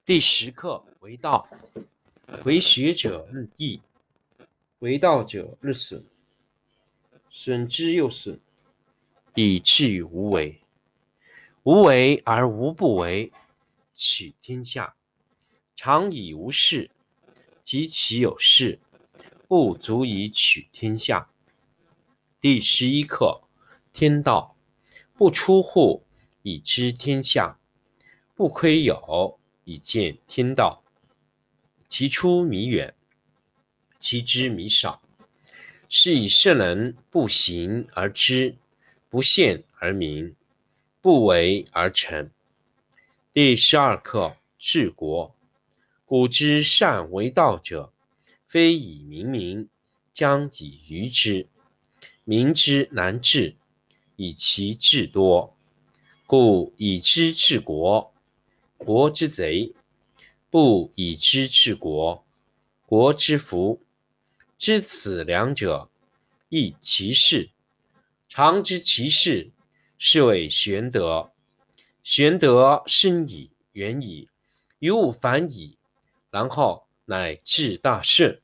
第10课为道，为学者日益，为道者日损，损之又损，以至于无为。无为而无不为，取天下常以无事，及其有事，不足以取天下。第11课天道，不出户，以知天下；不窥牖，以见天道。其出弥远，其知弥少。是以圣人不行而知，不见而明，不为而成。第12课治国。古之善为道者，非以明民，将以愚之。民之难治，以其智多。故以知治国，国之贼；不以知治国，国之福。知此两者，亦其事。常知其事，是谓玄德。玄德深矣，远矣，于物反矣，然后乃至大顺。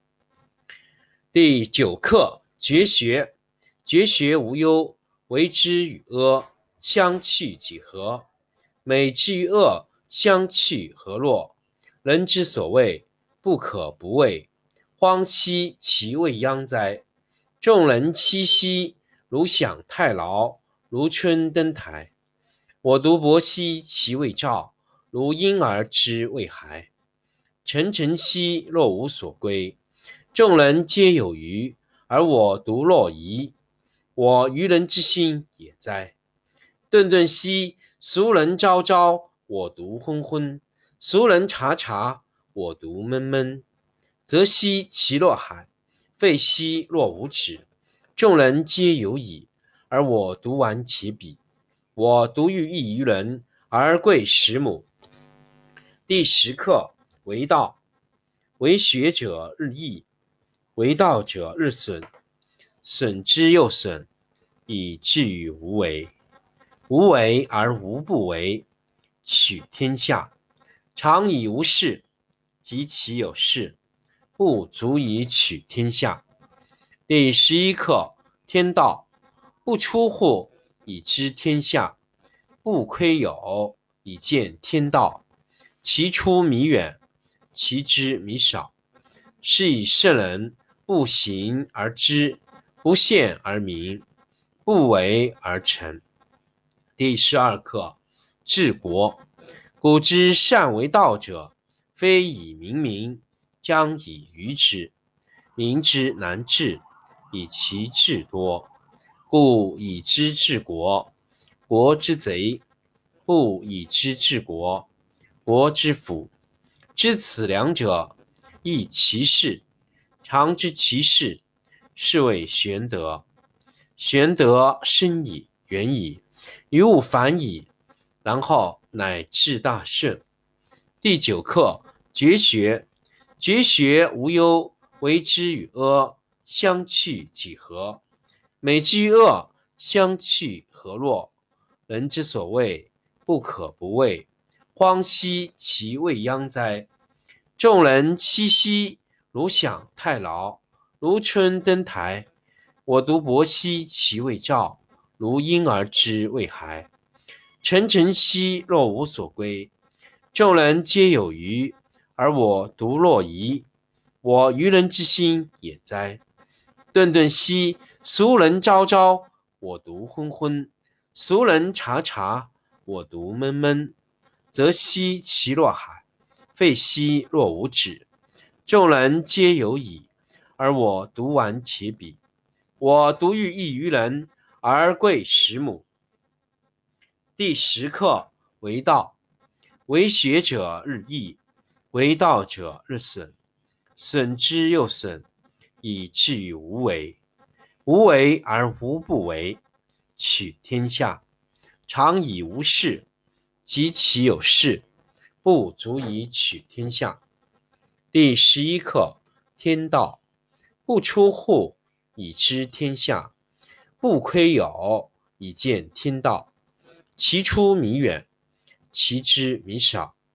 第9课绝学。绝学无忧，为之与阿，相去几何？美之与恶，相去何若？人之所谓不可不为，荒兮其未央哉！众人熙熙，如享太牢，如春登台。我独泊兮其未兆，如婴儿之未孩。沉沉兮若无所归，众人皆有余，而我独若遗。我愚人之心也哉！顿顿兮俗人昭昭，我独昏昏；俗人察察，我独闷闷。则兮其若海，废兮若无止。众人皆有矣，而我独顽其鄙。我独欲异于人，而贵10母。第10课为道。为学者日益，为道者日损，损之又损，以至于无为。无为而无不为，取天下常以无事，及其有事，不足以取天下。第11课天道，不出户，以知天下；不窥牖，以见天道。其出弥远，其知弥少。是以圣人不行而知，不见而明，不为而成。第12课治国。古之善为道者，非以明民，将以愚之。民之难治，以其智多。故以知治国，国之贼；不以知治国，国之福。知此两者，亦其事。常知其事，是谓玄德。玄德深矣，远矣，于物反矣，然后乃至大顺。第9课绝学。绝学无忧，为之与阿，相去几何？美之与恶，相去何若？人之所谓不可不为，荒兮其未央哉！众人熙熙，如享太牢，如春登台。我独泊兮其未兆，如婴儿之未孩。沉沉兮若无所归，众人皆有余，而我独若遗。我愚人之心也哉！顿顿兮俗人昭昭，我独昏昏；俗人察察，我独闷闷。则兮其若海，废兮若无止。众人皆有矣，而我独顽其鄙。我独欲异于人，而贵10母。第10课为道。为学者日益，为道者日损，损之又损，以至于无为。无为而无不为，取天下常以无事，及其有事，不足以取天下。第11课天道，不出户，以知天下；不窥牖，以见天道。其出弥远，其知弥少。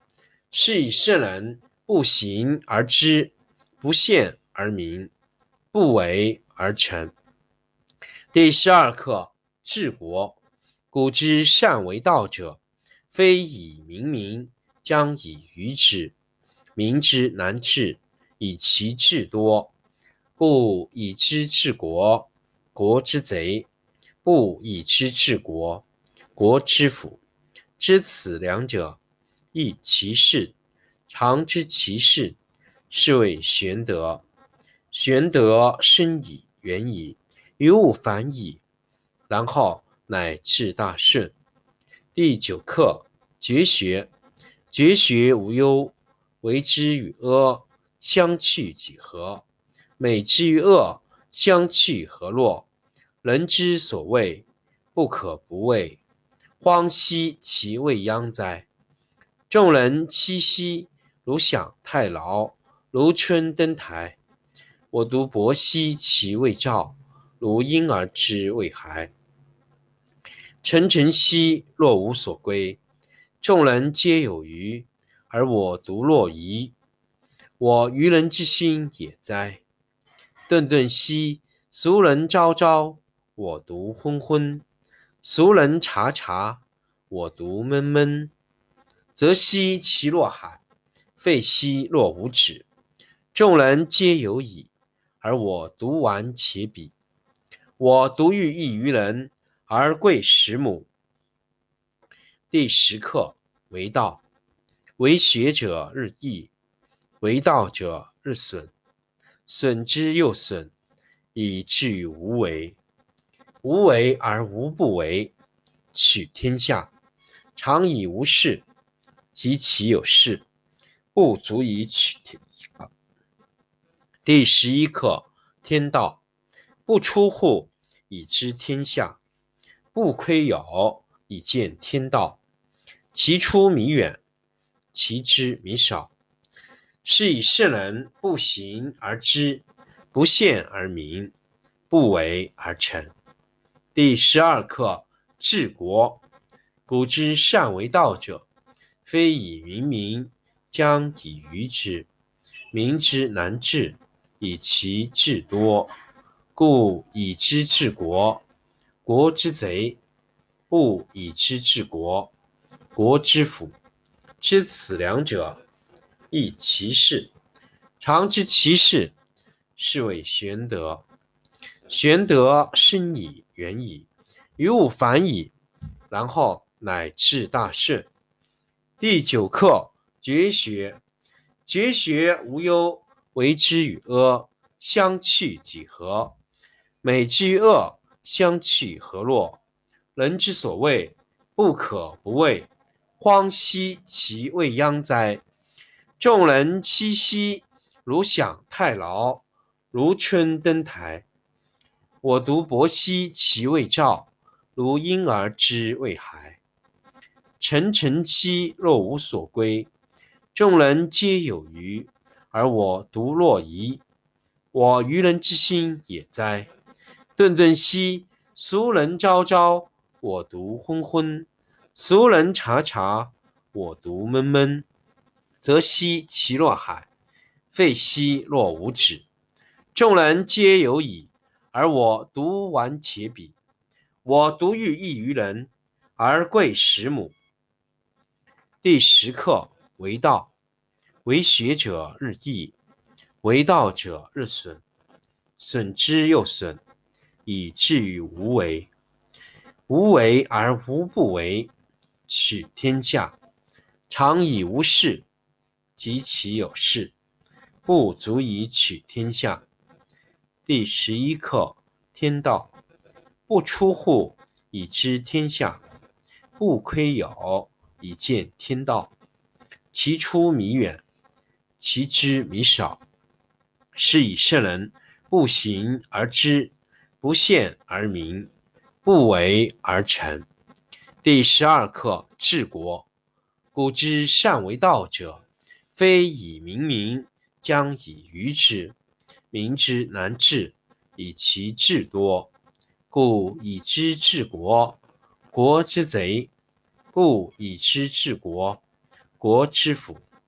是以圣人不行而知，不见而明，不为而成。第12课治国。古之善为道者，非以明民，将以愚之。民之难治，以其智多。故以知治国，国之贼；不以知治国，国之福。知此两者，亦其事。常知其事，是谓玄德。玄德深矣，远矣，于物反矣，然后乃至大顺。第9课绝学。绝学无忧，为之与阿，相去几何？美之与恶，相去何若？人之所谓，不可不畏，荒兮其未央哉！众人熙熙，如享太牢，如春登台。我独泊兮其未兆，如婴儿之未孩。沉沉兮若无所归，众人皆有余，而我独若遗。我愚人之心也哉！顿顿兮俗人昭昭，我独昏昏；俗人察察，我独闷闷。则兮其若海，废兮若无止。众人皆有矣，而我独顽且鄙。我独欲异于人，而贵十母。第10课为道。为学者日益，为道者日损。损之又损，以至于无为。无为而无不为，取天下常以无事，及其有事，不足以取天下。第11课天道。不出户，以知天下；不窥牖，以见天道。其出弥远，其知弥少。是以圣人不行而知，不见而明，不为而成。第12课治国。古之善为道者，非以明民，将以愚之。民之难治，以其智多。故以知治国，国之贼；不以知治国，国之福。知此两者，亦其事。常知其事，是谓玄德。玄德深矣，远矣，于物反矣，然后乃至大顺。第9课绝学。绝学无忧，为之与阿，相去几何？美之与恶，相去何若？人之所谓，不可不畏，荒兮其未央哉！众人熙熙，如享太牢，如春登台。我独泊兮其未兆，如婴儿之未孩。沉沉兮若无所归，众人皆有余，而我独若遗。我愚人之心也哉！顿顿兮俗人昭昭，我独昏昏；俗人察察，我独闷闷。则兮其若海，废兮若无止。众人皆有矣，而我独顽且鄙。我独欲异于人，而贵十母。第10课为道。为学者日益，为道者日损。损之又损，以至于无为。无为而无不为，取天下常以无事，及其有事，不足以取天下。第11课天道。不出户，以知天下；不窥牖，以见天道。其出弥远，其知弥少。是以圣人不行而知，不见而明，不为而成。第12课治国。古之善为道者，非以明民，将以愚之。民之难治，以其智多。故以知治国，国之贼；不以知治国，国之福。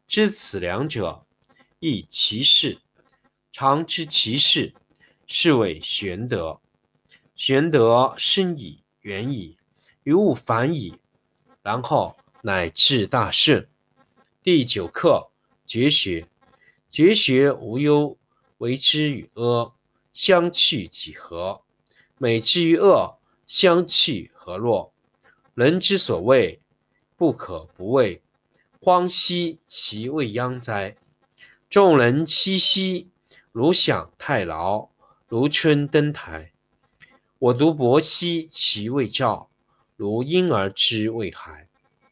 知此两者，亦其事。常知其事，是谓玄德。玄德深矣，远矣，于物反矣，然后乃至大顺。第九课，绝学。绝学无忧，为之与阿，相去几何？美之与恶，相去何若？人之所畏，不可不畏，荒兮其未央哉！众人熙熙，如享太牢，如春登台。我独泊兮其未兆，如婴儿之未孩。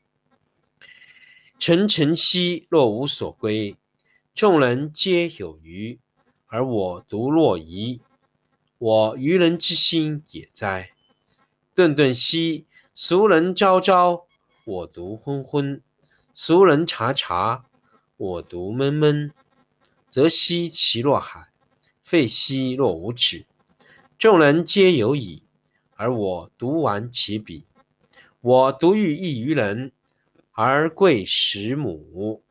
沉沉兮若无所归，众人皆有余，而我独若遗。我愚人之心也哉！顿顿兮俗人昭昭，我独昏昏；俗人察察，我独闷闷。则兮其若海，废兮若无止。众人皆有矣，而我独顽其鄙。我独欲异于人，而贵十母。